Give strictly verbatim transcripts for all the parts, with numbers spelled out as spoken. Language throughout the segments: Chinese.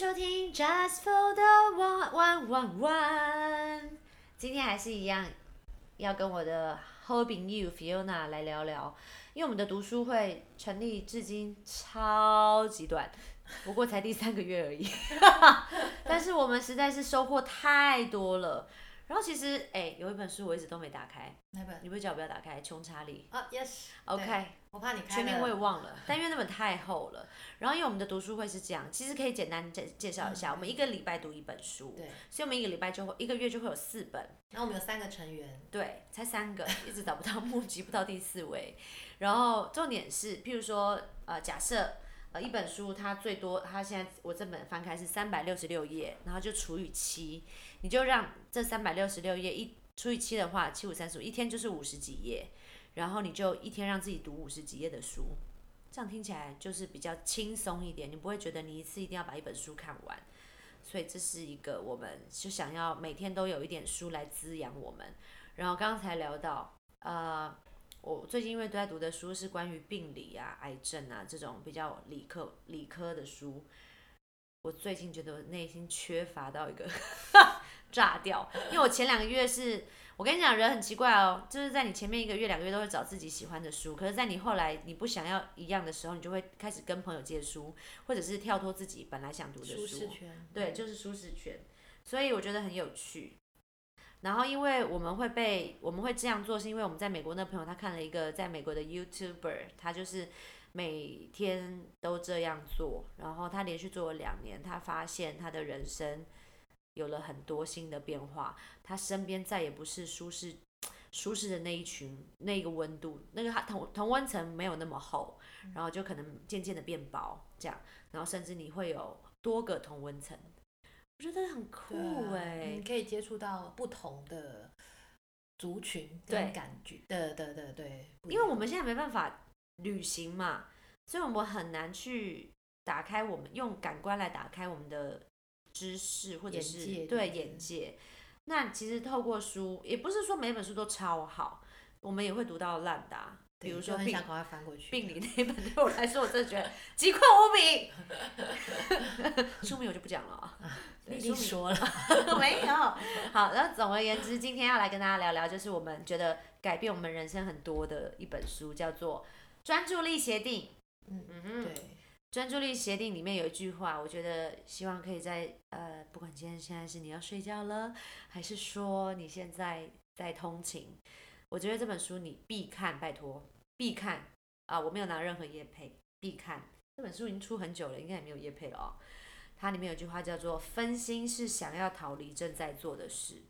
收听 Just for the One One One One。今天还是一样，要跟我的好朋友 Fiona 来聊聊，因为我们的读书会成立至今超级短，不过才第三个月而已，但是我们实在是收获太多了。然后其实，哎、欸，有一本书我一直都没打开， 哪本？ 你不是叫我不要打开《穷查理》 啊 ，yes。 OK， 我怕你开了。 全名我也忘了，但因为那本太厚了。然后因为我们的读书会是这样，其实可以简单介介绍一下，嗯、我们一个礼拜读一本书， 对， 所以我们一个礼拜就会一个月就会有四本。 然后我们有三个成员， 对，才三个，一直找不到，募集不到第四位。然后重点是，譬如说，呃，假设。呃，一本书它最多，它现在我这本翻开是三百六十六页，然后就除以七，你就让这三百六十六页一除以七的话，七五三十五，一天就是五十几页，然后你就一天让自己读五十几页的书，这样听起来就是比较轻松一点，你不会觉得你一次一定要把一本书看完，所以这是一个我们就想要每天都有一点书来滋养我们。然后刚才聊到，呃。我最近因为都在读的书是关于病理啊、癌症啊这种比较理科理科的书，我最近觉得我内心缺乏到一个炸掉，因为我前两个月是，我跟你讲人很奇怪哦，就是在你前面一个月、两个月都会找自己喜欢的书，可是在你后来你不想要一样的时候，你就会开始跟朋友借书，或者是跳脱自己本来想读的书， 舒适圈， 对，就是舒适圈，所以我觉得很有趣。然后因为我们会被我们会这样做，是因为我们在美国那朋友他看了一个在美国的 YouTuber， 他就是每天都这样做，然后他连续做了两年，他发现他的人生有了很多新的变化，他身边再也不是舒适舒适的那一群，那个温度，那个同同温层没有那么厚，然后就可能渐渐的变薄，这样，然后甚至你会有多个同温层。我觉得很酷哎、欸， 你、啊、可以接触到不同的族群跟感觉，对对对对。 因为我们现在没办法旅行嘛，所以我们很难去打开我们用感官来打开我们的知识或者是眼界对眼界。那其实透过书，也不是说每本书都超好，我们也会读到烂的、啊。比如说病病理那本对我来说，我真的觉得奇快无比。书名我就不讲了啊。 你已经说了没有。好，然后总而言之，今天要来跟大家聊聊，就是我们觉得改变我们人生很多的一本书，叫做《专注力协定》。 嗯嗯，对。 专注力协定里面有一句话，我觉得希望可以在呃，不管今天现在是你要睡觉了，还是说你现在在通勤，我觉得这本书你必看，拜托必看啊！我没有拿任何业配，必看。这本书已经出很久了，应该也没有业配了哦。它里面有句话叫做"分心是想要逃离正在做的事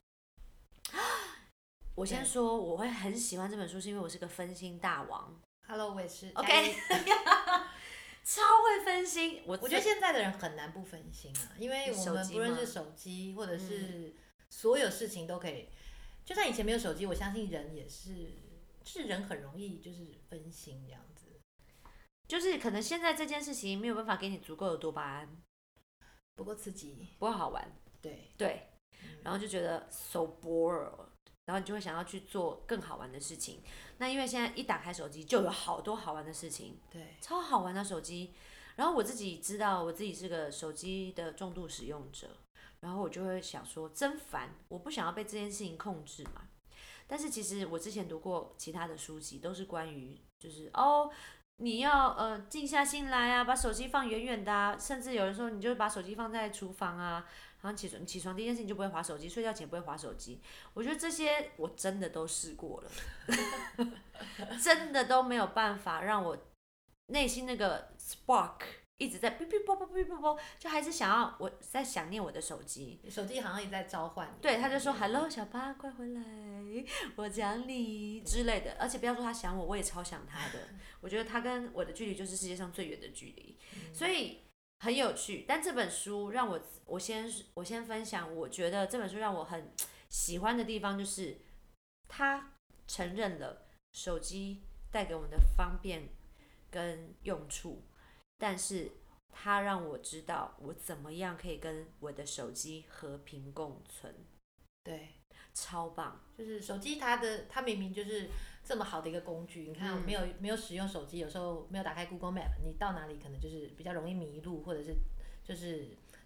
"。我先说，我会很喜欢这本书，是因为我是个分心大王。 Hello， 我也是。 OK 。超会分心，我我觉得现在的人很难不分心啊，因为我们不论是手机或者是所有事情都可以，就算以前没有手机，我相信人也是，是人很容易就是分心这样子。 就是可能现在这件事情没有办法给你足够的多巴胺， 不够刺激， 不够好玩， 对对，然后就觉得 so bored， 然后你就会想要去做更好玩的事情。那因为现在一打开手机就有好多好玩的事情， 对， 超好玩的手机。然后我自己知道我自己是个手机的重度使用者，然后我就会想说真烦，我不想要被这件事情控制嘛。但是其实我之前读过其他的书籍，都是关于就是哦。你要呃静下心来啊，把手机放远远的啊，甚至有的时候你就把手机放在厨房啊，然后起床起床第一件事情就不会滑手机，睡觉前不会滑手机。我觉得这些我真的都试过了，真的都没有办法让我内心那个 spark 一直在哔哔啵啵哔啵啵，就还是想要我在想念我的手机。 手机好像也在召唤你。 对，他就说 "Hello 小八，快回来，我想你"之类的。而且不要说他想我，我也超想他的。我觉得他跟我的距离就是世界上最远的距离，嗯、所以很有趣。但这本书让我，我先我先分享，我觉得这本书让我很喜欢的地方就是，他承认了手机带给我们的方便跟用处，但是他让我知道我怎么样可以跟我的手机和平共存。 对， 超棒！ 就是手机它的它明明就是这么好的一个工具，你看没有、嗯、没有使用手机，有时候没有打开 Google Map， 你到哪里可能就是比较容易迷路，或者是就是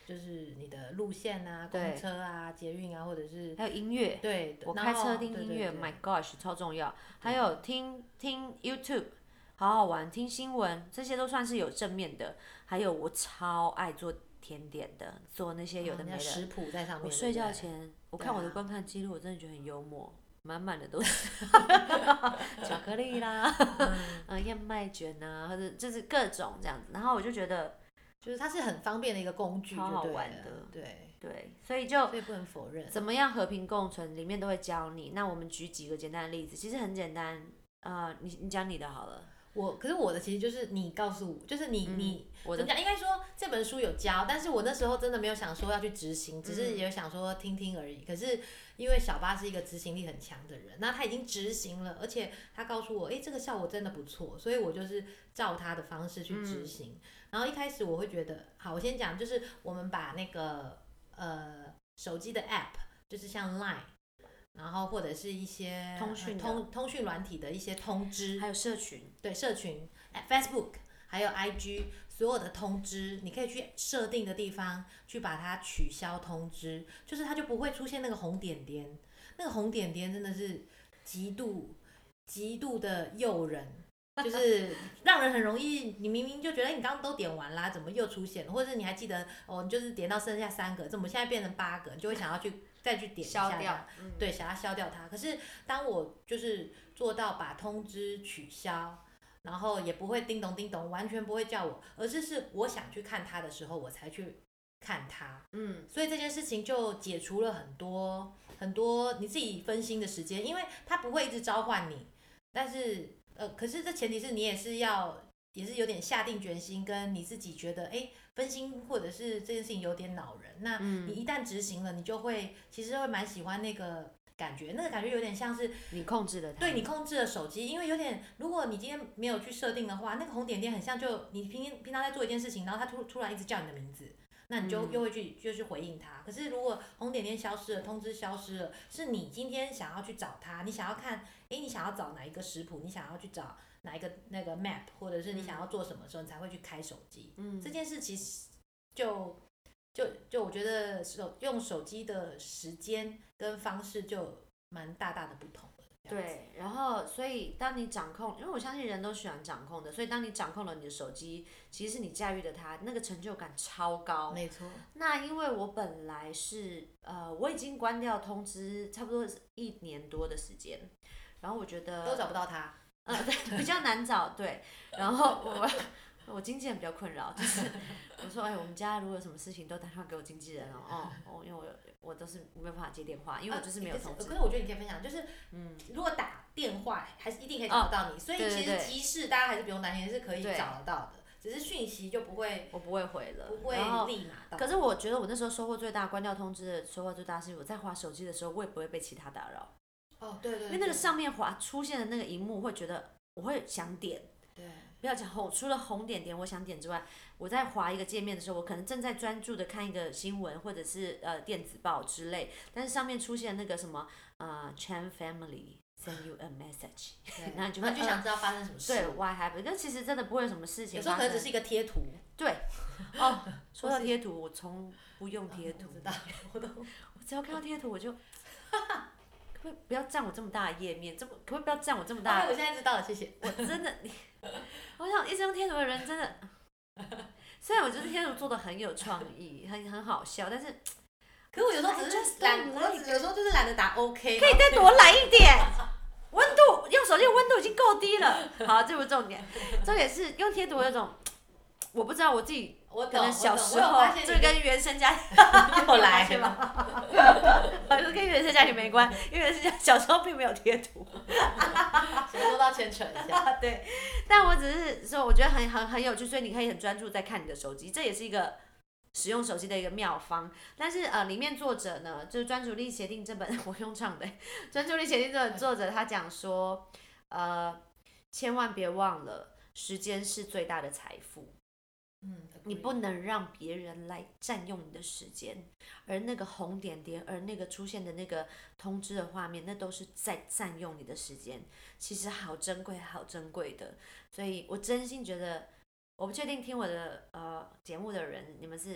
就是你的路线啊、公车啊、捷运啊，或者是还有音乐。 对， 我开车听音乐 ，My gosh， 超重要。还有听听 YouTube， 好好玩，听新闻，这些都算是有正面的。还有我超爱做甜点的，做那些有的没的。 食谱在上面。 我睡觉前，我看我的观看记录，我真的觉得很幽默。满满的都是巧克力啦，嗯，燕麦卷啊，或者就是各种这样子，然后我就觉得， 就是它是很方便的一个工具， 超好玩的， 对对，所以就所以不能否认， 怎么样和平共存，里面都会教你。那我们举几个简单的例子，其实很简单，呃，你你讲你的好了。 我可是我的其实就是你告诉我，就是你、嗯、你我怎么讲？应该说这本书有教，但是我那时候真的没有想说要去执行，只是也有想说听听而已。可是因为小八是一个执行力很强的人，那他已经执行了，而且他告诉我，哎，这个效果真的不错，所以我就是照他的方式去执行。嗯、然后一开始我会觉得，好，我先讲，就是我们把那个呃手机的 app， 就是像 Line。然后或者是一些通讯通通讯软体的一些通知， 还有社群， 对社群 ，Facebook 还有 I G 所有的通知，你可以去设定的地方去把它取消通知，就是它就不会出现那个红点点，那个红点点真的是极度极度的诱人。就是让人很容易，你明明就觉得你刚刚都点完啦，怎么又出现了？或者是你还记得哦，你就是点到剩下三个，怎么现在变成八个？你就会想要去再去点一下它， 消掉，嗯、 对，想要消掉它。可是当我就是做到把通知取消，然后也不会叮咚叮咚，完全不会叫我，而是是我想去看它的时候，我才去看它。嗯，所以这件事情就解除了很多很多你自己分心的时间，因为它不会一直召唤你，但是。呃，可是这前提是你也是要，也是有点下定决心，跟你自己觉得，哎，分心或者是这件事情有点恼人，那你一旦执行了，你就会其实会蛮喜欢那个感觉，那个感觉有点像是你控制了它， 对你控制了手机，因为有点，如果你今天没有去设定的话，那个红点点很像就你平平常在做一件事情，然后它突突然一直叫你的名字。那你就又会去就去回应他，可是如果红点点消失了，通知消失了，是你今天想要去找他，你想要看，哎，你想要找哪一个食谱，你想要去找哪一个那个 map， 或者是你想要做什么时候，你才会去开手机。嗯，这件事其实就就就我觉得手用手机的时间跟方式就蛮大大的不同。 对，然后所以当你掌控，因为我相信人都喜欢掌控的，所以当你掌控了你的手机，其实是你驾驭了它，那个成就感超高。 没错。 那因为我本来是呃，我已经关掉通知差不多一年多的时间，然后我觉得都找不到它。 呃，对，比较难找，对。然后我我经纪人比较困扰，就是我说，哎，我们家如果有什么事情都打电话给我经纪人哦，哦，因为我我都是没有办法接电话，因为我就是没有通知。 可是我觉得你可以分享，就是嗯，如果打电话还是一定可以找得到你，所以其实即时大家还是不用担心，是可以找得到的。只是讯息就不会， 我不会回了， 不会立马到。 可是我觉得我那时候收获最大，关掉通知的收获最大是我在滑手机的时候，我也不会被其他打扰。 哦，对 对, 对。 因为那个上面滑出现的那个荧幕，会觉得我会想点。 对。 不要讲红，除了红点点我想点之外，我在滑一个界面的时候，我可能正在专注的看一个新闻或者是呃电子报之类，但是上面出现那个什么呃 Chan Family send you a message， 然后你就会就想知道发生什么事。 对 ，Why happened？ 但其实真的不会有什么事情。 有时候可能只是一个贴图。 对。哦，说到贴图，我从不用贴图。 我知道，我都， 我只要看到贴图我就。可不可以不要占我这么大的页面？这么可不可以不要占我这么大的？ 我现在知道了，谢谢。 我真的，我想一直用贴图的人真的，虽然我觉得贴图做的很有创意，很很好笑，但是， 可是我有时候只是懒，我有时候就是懒得打 OK。 可以再多懒一点，温度用手机的温度已经够低了。好，这不是重点，重点是用贴图有种，我不知道我自己。 我可能小时候这跟原生家庭又来是吧？好像跟原生家庭没关，因为原生家小时候并没有贴图。 什么都要牵扯一下。 对，但我只是说，我觉得很很很有趣，所以你可以很专注在看你的手机，这也是一个使用手机的一个妙方。但是呃，里面作者呢，就是《专注力协定》这本我用唱的，《专注力协定》这本作者他讲说，呃，千万别忘了，时间是最大的财富。 嗯， 你不能让别人来占用你的时间，而那个红点点，而那个出现的那个通知的画面，那都是在占用你的时间，其实好珍贵，好珍贵的。所以我真心觉得，我不确定听我的呃节目的人，你们是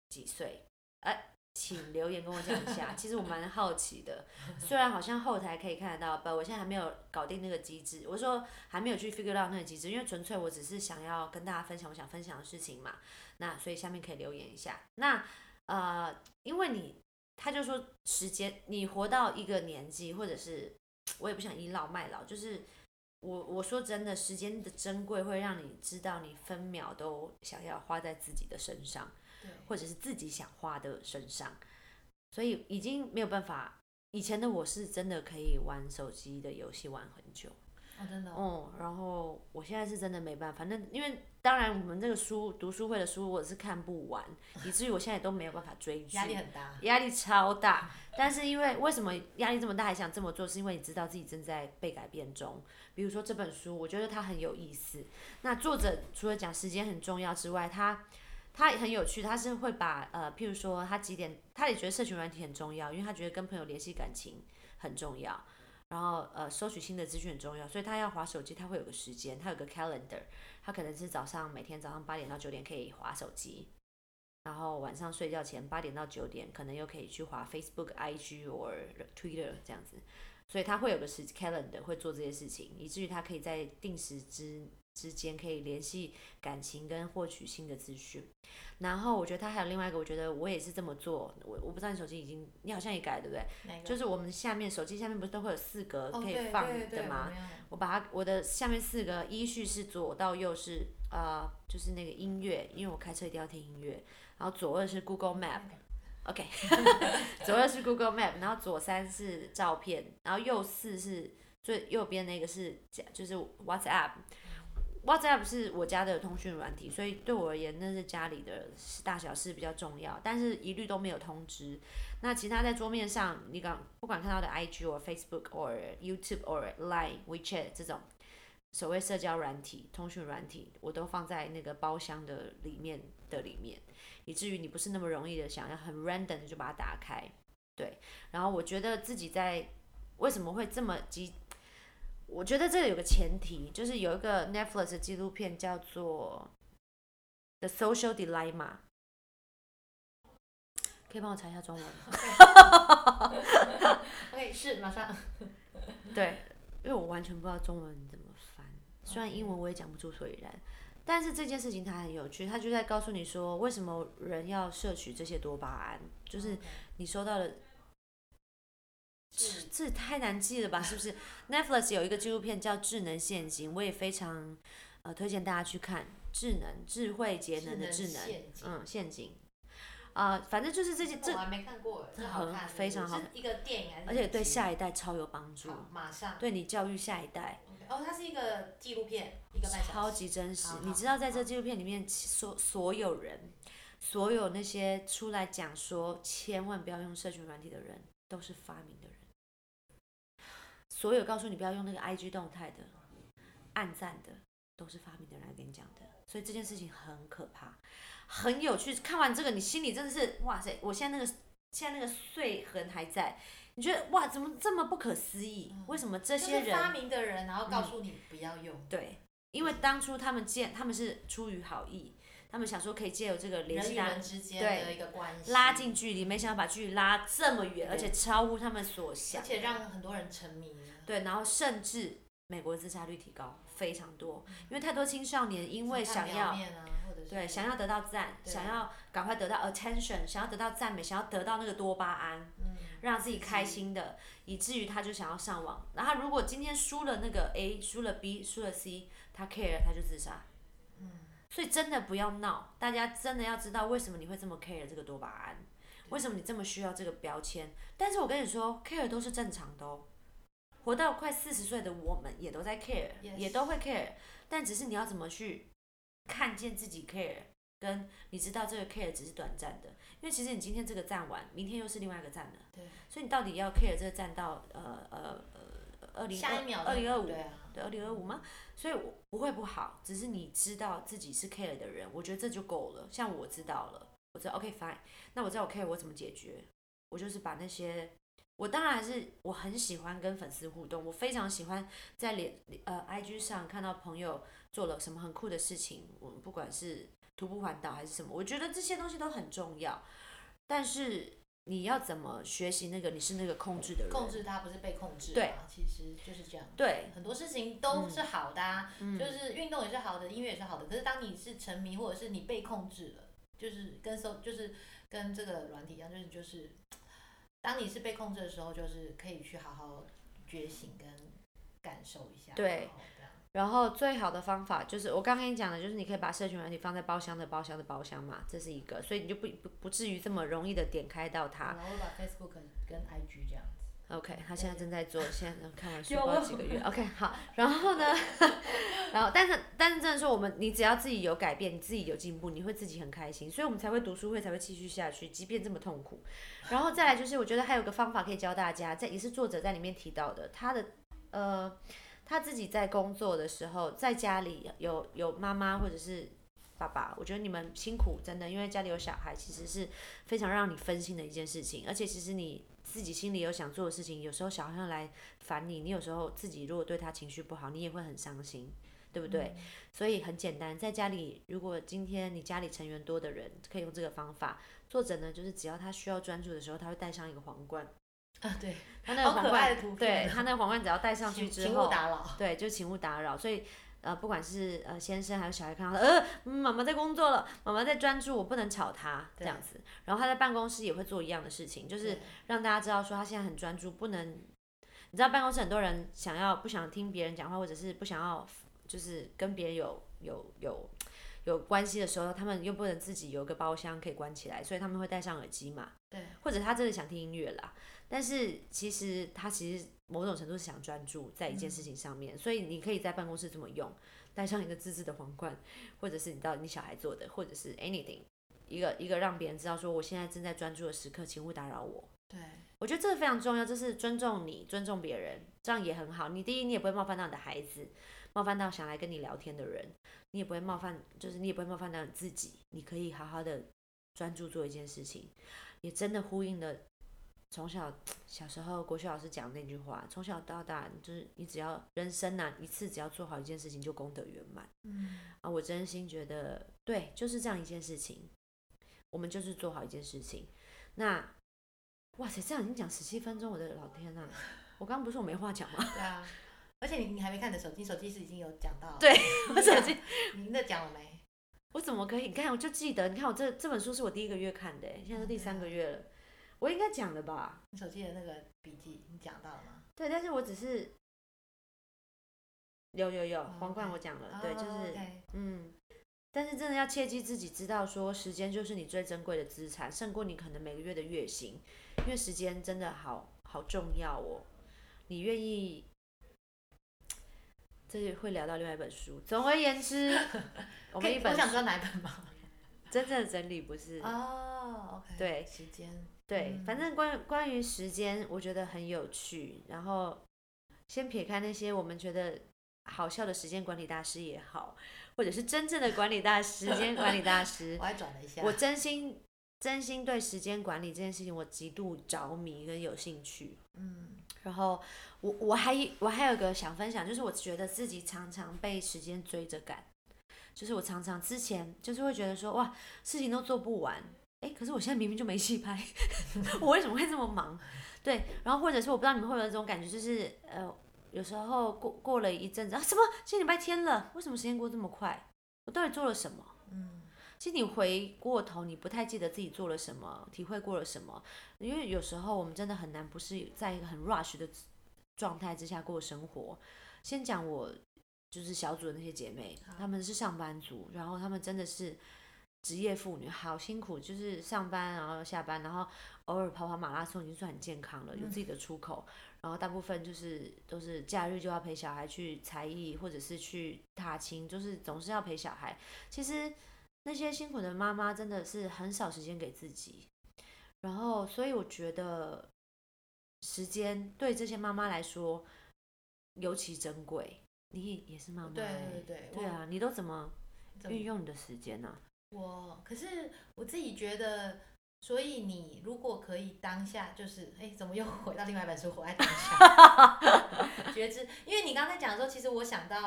几岁？哎，请留言跟我讲一下。其实我蛮好奇的，虽然好像后台可以看得到，但我现在还没有搞定那个机制。我说还没有去 figure out 那个机制，因为纯粹我只是想要跟大家分享我想分享的事情嘛。那所以下面可以留言一下。那呃，因为你他就说时间，你活到一个年纪，或者是我也不想倚老卖老，就是我我说真的，时间的珍贵会让你知道你分秒都想要花在自己的身上，或者是自己想花的身上，所以已经没有办法。以前的我是真的可以玩手机的游戏玩很久。 哦，真的、哦。 嗯，然后我现在是真的没办法，那因为当然我们这个书读书会的书我是看不完，以至于我现在都没有办法追剧， 压力很大， 压力超大。但是因为为什么压力这么大还想这么做，是因为你知道自己正在被改变中。比如说这本书，我觉得它很有意思。那作者除了讲时间很重要之外，他他很有趣，他是会把呃，譬如说他几点，他也觉得社群软体很重要，因为他觉得跟朋友联系感情很重要。然后呃，收取新的资讯很重要，所以他要滑手机，他会有个时间，他有个 calendar， 他可能是早上每天早上八点到九点可以滑手机，然后晚上睡觉前八点到九点可能又可以去滑 Facebook、I G 或 Twitter 这样子，所以他会有个时 calendar 会做这些事情，以至于他可以在定时之之间可以联系感情跟获取新的资讯。然后我觉得他还有另外一个，我觉得我也是这么做。我我不知道你手机已经，你好像也改对不对？就是我们下面手机下面不是都会有四格可以放的吗？ 哦、对对对我把它我的下面四个依序是左到右是呃就是那个音乐，因为我开车一定要听音乐。然后左二是 Google Map。OK， 左二是 Google Map， 然后左三是照片，然后右四是最右边那个是就是 WhatsApp。WhatsApp 是我家的通讯软体，所以对我而言那是家里的大小事比较重要，但是一律都没有通知。那其他在桌面上，你刚不管看到的 I G 或 Facebook 或 YouTube 或 Line、WeChat 这种所谓社交软体、通讯软体，我都放在那个包厢的里面的里面，以至于你不是那么容易的想要很 random 的就把它打开。对，然后我觉得自己在为什么会这么急。我觉得这个有个前提，就是有一个 Netflix 的纪录片叫做《The Social Dilemma》，可以帮我查一下中文吗 ？OK， 是马上。 对，因为我完全不知道中文怎么翻，虽然英文我也讲不出所以然，但是这件事情它很有趣，它就在告诉你说，为什么人要摄取这些多巴胺，就是你收到的。这也太难记了吧，是不是 ？Netflix 有一个纪录片叫《智能陷阱》，我也非常呃推荐大家去看。智能、智慧、节能的智能，嗯，陷阱。啊、呃，反正就是这些，这我还没看过，这很非常好， 是一个电影还是？ 而且对下一代超有帮助， 马上对你教育下一代。 哦，它是一个纪录片，一个半小时， 超级真实。你知道，在这纪录片里面，所所有人，所有那些出来讲说千万不要用社群软体的人，都是发明的人。所有告诉你不要用那个 I G 动态的、按赞的，都是发明的人来跟你讲的，所以这件事情很可怕，很有趣。看完这个，你心里真的是哇塞！我现在那个现在那个碎痕还在，你觉得哇，怎么这么不可思议？为什么这些人、 就是、发明的人，然后告诉你不要用？ 嗯、对，因为当初他们建，他们是出于好意。他们想说可以借由这个联系人与人之间的一个关系， 拉近距离，没想到把距离拉这么远，而且超乎他们所想， 而且让很多人沉迷。 对，然后甚至美国自杀率提高非常多，嗯、因为太多青少年因为想要， 啊、 对，想要得到赞，想要赶快得到 attention， 想要得到赞美，想要得到那个多巴胺， 嗯、 让自己开心的，以至于他就想要上网。然后如果今天输了那个 A， 输了 B， 输了 C， 他 care 他就自杀。所以真的不要闹，大家真的要知道为什么你会这么 care 这个多巴胺，为什么你这么需要这个标签。但是我跟你说 ，care 都是正常的哦。活到快四十岁的我们也都在 care，、yes. 也都会 care， 但只是你要怎么去看见自己 care， 跟你知道这个 care 只是短暂的。因为其实你今天这个站完，明天又是另外一个站了。 对。 所以你到底要 care 这个站到呃呃呃二零二二零二五？对，二零二五吗？所以我不会不好，只是你知道自己是 care 的人，我觉得这就够了。像我知道了，我知道 OK fine， 那我知道我 care 我怎么解决，我就是把那些，我当然还是我很喜欢跟粉丝互动，我非常喜欢在脸呃 I G 上看到朋友做了什么很酷的事情，我不管是徒步环岛还是什么，我觉得这些东西都很重要，但是你要怎么学习那个你是那个控制的人？ 控制它不是被控制， 对， 其实就是这样。 对， 很多事情都是好的、啊嗯， 就是运动也是好的，音乐也是好的。可是当你是沉迷，或者是你被控制了，就是跟搜，就是跟这个软体一样，就是就是，当你是被控制的时候，就是可以去好好觉醒跟感受一下。 对。然后最好的方法就是我刚刚跟你讲的，就是你可以把社群软体放在包厢的包厢的包厢嘛，这是一个，所以你就不不不至于这么容易的点开到它。 然后我把 Facebook 跟 I G 这样子。 OK， 他现在正在做，现在看完书不知道几个月。OK， 好，然后呢，然后但是但是真的说，我们你只要自己有改变，你自己有进步，你会自己很开心，所以我们才会读书会才会继续下去，即便这么痛苦。然后再来就是，我觉得还有个方法可以教大家，在也是作者在里面提到的，他的呃。他自己在工作的时候，在家里有有妈妈或者是爸爸，我觉得你们辛苦真的，因为家里有小孩，其实是非常让你分心的一件事情。而且其实你自己心里有想做的事情，有时候小孩来烦你，你有时候自己如果对他情绪不好，你也会很伤心，对不对？嗯、所以很简单，在家里，如果今天你家里成员多的人，可以用这个方法。作者呢，就是只要他需要专注的时候，他会带上一个皇冠。 啊，对， 他那个皇冠， 图对他那个皇冠只要戴上去之后， 请勿打扰， 对，就请勿打扰。所以，呃，不管是呃先生还是小孩看到他，呃，妈妈在工作了，妈妈在专注，我不能吵他这样子。然后他在办公室也会做一样的事情，就是让大家知道说他现在很专注，不能。你知道办公室很多人想要不想听别人讲话，或者是不想要就是跟别人有有有有关系的时候，他们又不能自己有个包厢可以关起来，所以他们会戴上耳机嘛。 对， 或者他真的想听音乐啦。但是其实他其实某种程度是想专注在一件事情上面，嗯、所以你可以在办公室这么用，戴上一个自制的皇冠，或者是你到你小孩做的，或者是 anything， 一个一个让别人知道说我现在正在专注的时刻，请勿打扰我。 对， 我觉得这个非常重要，这是尊重你，尊重别人，这样也很好。你第一，你也不会冒犯到你的孩子，冒犯到想来跟你聊天的人，你也不会冒犯，就是你也不会冒犯到你自己，你可以好好的专注做一件事情，也真的呼应了。从小小时候国学老师讲那句话，从小到大就是你只要人生啊一次只要做好一件事情就功德圆满。嗯啊，我真心觉得对，就是这样一件事情，我们就是做好一件事情。那哇塞，这样已经讲十七分钟，我的老天啊！我刚刚不是我没话讲吗？ 对啊，而且你你还没看你的手机，手机是已经有讲到。 对，我手机你那讲了没？ 我怎么可以？你看我就记得，你看我这这本书是我第一个月看的，现在都第三个月了。我应该讲了吧？ 你手机的那个笔记，你讲到了吗？ 对，但是我只是有有有皇冠我讲了， oh, 对，就是、 oh, okay. 嗯，但是真的要切记自己知道说，时间就是你最珍贵的资产，胜过你可能每个月的月薪，因为时间真的好好重要哦。你愿意，这会聊到另外一本书。总而言之，我们一本我想知道哪一本吗？ 真正的整理不是哦、oh, ，OK， 对，时间， 对， 嗯、 反正关关于时间，我觉得很有趣。然后先撇开那些我们觉得好笑的时间管理大师也好，或者是真正的管理大师、时间管理大师， 我还转了一下， 我真心真心对时间管理这件事情我极度着迷跟有兴趣。嗯，然后我我还我还有一个想分享，就是我觉得自己常常被时间追着赶。就是我常常之前就是会觉得说哇事情都做不完，哎，可是我现在明明就没戏拍，我为什么会这么忙？对，然后或者是我不知道你们会不会有这种感觉，就是呃有时候过过了一阵子啊，什么今天礼拜天了，为什么时间过这么快？我到底做了什么？嗯，其实你回过头，你不太记得自己做了什么，体会过了什么，因为有时候我们真的很难不是在一个很 rush 的状态之下过生活。先讲我。就是小组的那些姐妹，她们是上班族，然后她们真的是职业妇女，好辛苦，就是上班然后下班，然后偶尔跑跑马拉松已经算很健康了，有自己的出口，然后大部分就是都是假日就要陪小孩去才艺或者是去踏青，就是总是要陪小孩。其实那些辛苦的妈妈真的是很少时间给自己，然后所以我觉得时间对这些妈妈来说尤其珍贵。你也是妈妈、欸， 对对对， 对啊，你都怎么运用你的时间呢、啊？ 我可是我自己觉得，所以你如果可以当下，就是哎，怎么又回到另外一本书《活在当下》觉知？因为你刚才讲的时候，其实我想到，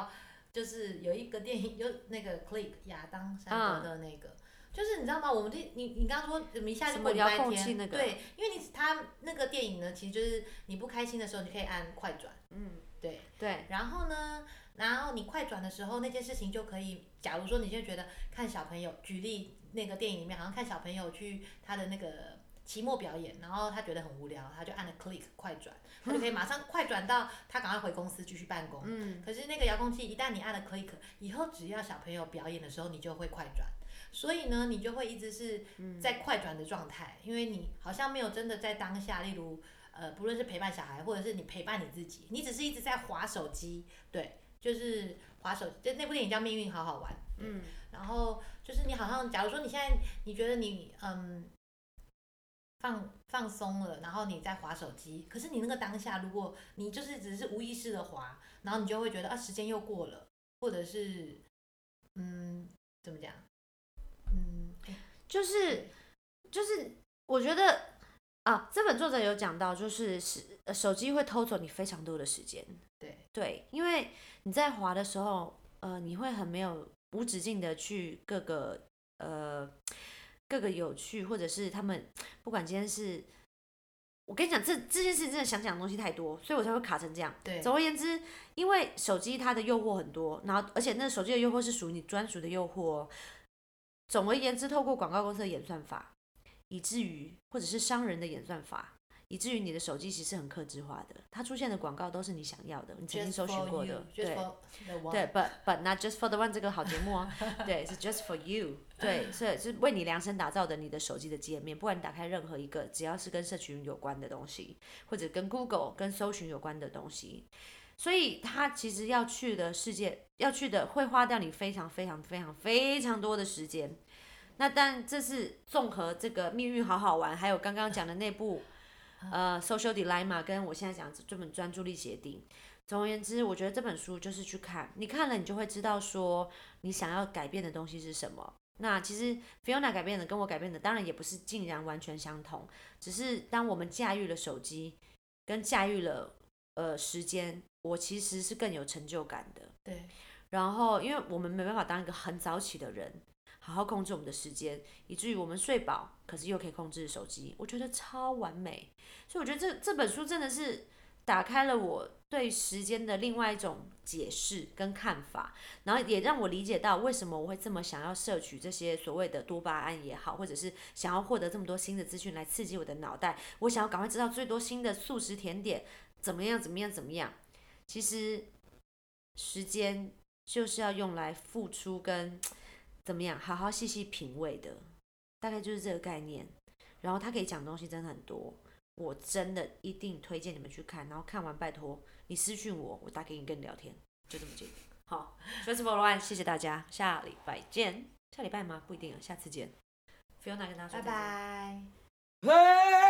就是有一个电影，有那个 Click 亚当山德的那个。嗯，就是你知道吗？我们这你你刚刚说一下就过礼拜天， 那个、 对，因为你他那个电影呢，其实就是你不开心的时候，你可以按快转，嗯，对对。 然后呢，然后你快转的时候，那件事情就可以，假如说你现在觉得看小朋友，举例那个电影里面好像看小朋友去他的那个期末表演，然后他觉得很无聊，他就按了 click 快转，他就可以马上快转到他赶快回公司继续办公。嗯。可是那个遥控器一旦你按了 click，以后只要小朋友表演的时候，你就会快转。所以呢，你就会一直是在快转的状态，嗯，因为你好像没有真的在当下，例如，呃，不论是陪伴小孩，或者是你陪伴你自己，你只是一直在滑手机，对，就是滑手，就那部电影叫《命运好好玩》，嗯，然后就是你好像，假如说你现在你觉得你嗯放放松了，然后你在滑手机，可是你那个当下，如果你就是只是无意识的滑，然后你就会觉得啊时间又过了，或者是嗯怎么讲？嗯， 就是就是，我觉得啊，这本作者有讲到，就是手机会偷走你非常多的时间。 对对，因为你在滑的时候，呃，你会很没有无止境的去各个呃各个有趣，或者是他们不管今天是，我跟你讲，这这件事真的想讲的东西太多，所以我才会卡成这样。 对， 总而言之，因为手机它的诱惑很多，然后而且那手机的诱惑是属于你专属的诱惑哦。总而言之，透过广告公司的演算法，以至于或者是商人的演算法，以至于你的手机其实很客制化的，它出现的广告都是你想要的，你曾经搜寻过的。 对对 ，but but not just for the one 这个好节目哦，对，是 just for you， 对，是是为你量身打造的你的手机的界面，不管你打开任何一个，只要是跟社群有关的东西，或者跟 Google 跟搜寻有关的东西。所以他其实要去的世界，要去的会花掉你非常非常非常非常多的时间。那但这是综合这个命运好好玩，还有刚刚讲的那部呃 Social Dilemma， 跟我现在讲这本专注力协定。总而言之，我觉得这本书就是去看，你看了你就会知道说你想要改变的东西是什么。那其实 Fiona 改变的跟我改变的当然也不是竟然完全相同，只是当我们驾驭了手机，跟驾驭了呃时间。我其实是更有成就感的， 对。 然后，因为我们没办法当一个很早起的人，好好控制我们的时间，以至于我们睡饱，可是又可以控制手机，我觉得超完美。所以我觉得这这本书真的是打开了我对时间的另外一种解释跟看法，然后也让我理解到为什么我会这么想要摄取这些所谓的多巴胺也好，或者是想要获得这么多新的资讯来刺激我的脑袋，我想要赶快知道最多新的速食甜点怎么样怎么样怎么样。其实时间就是要用来付出跟怎么样好好细细品味的，大概就是这个概念。然后他可以讲的东西真的很多，我真的一定推荐你们去看。然后看完拜托你私讯我，我打给你跟你聊天，就这么简单。好 ，First of all， 谢谢大家，下礼拜见。下礼拜吗？不一定啊，下次见。Fiona 跟大家说拜拜。 拜。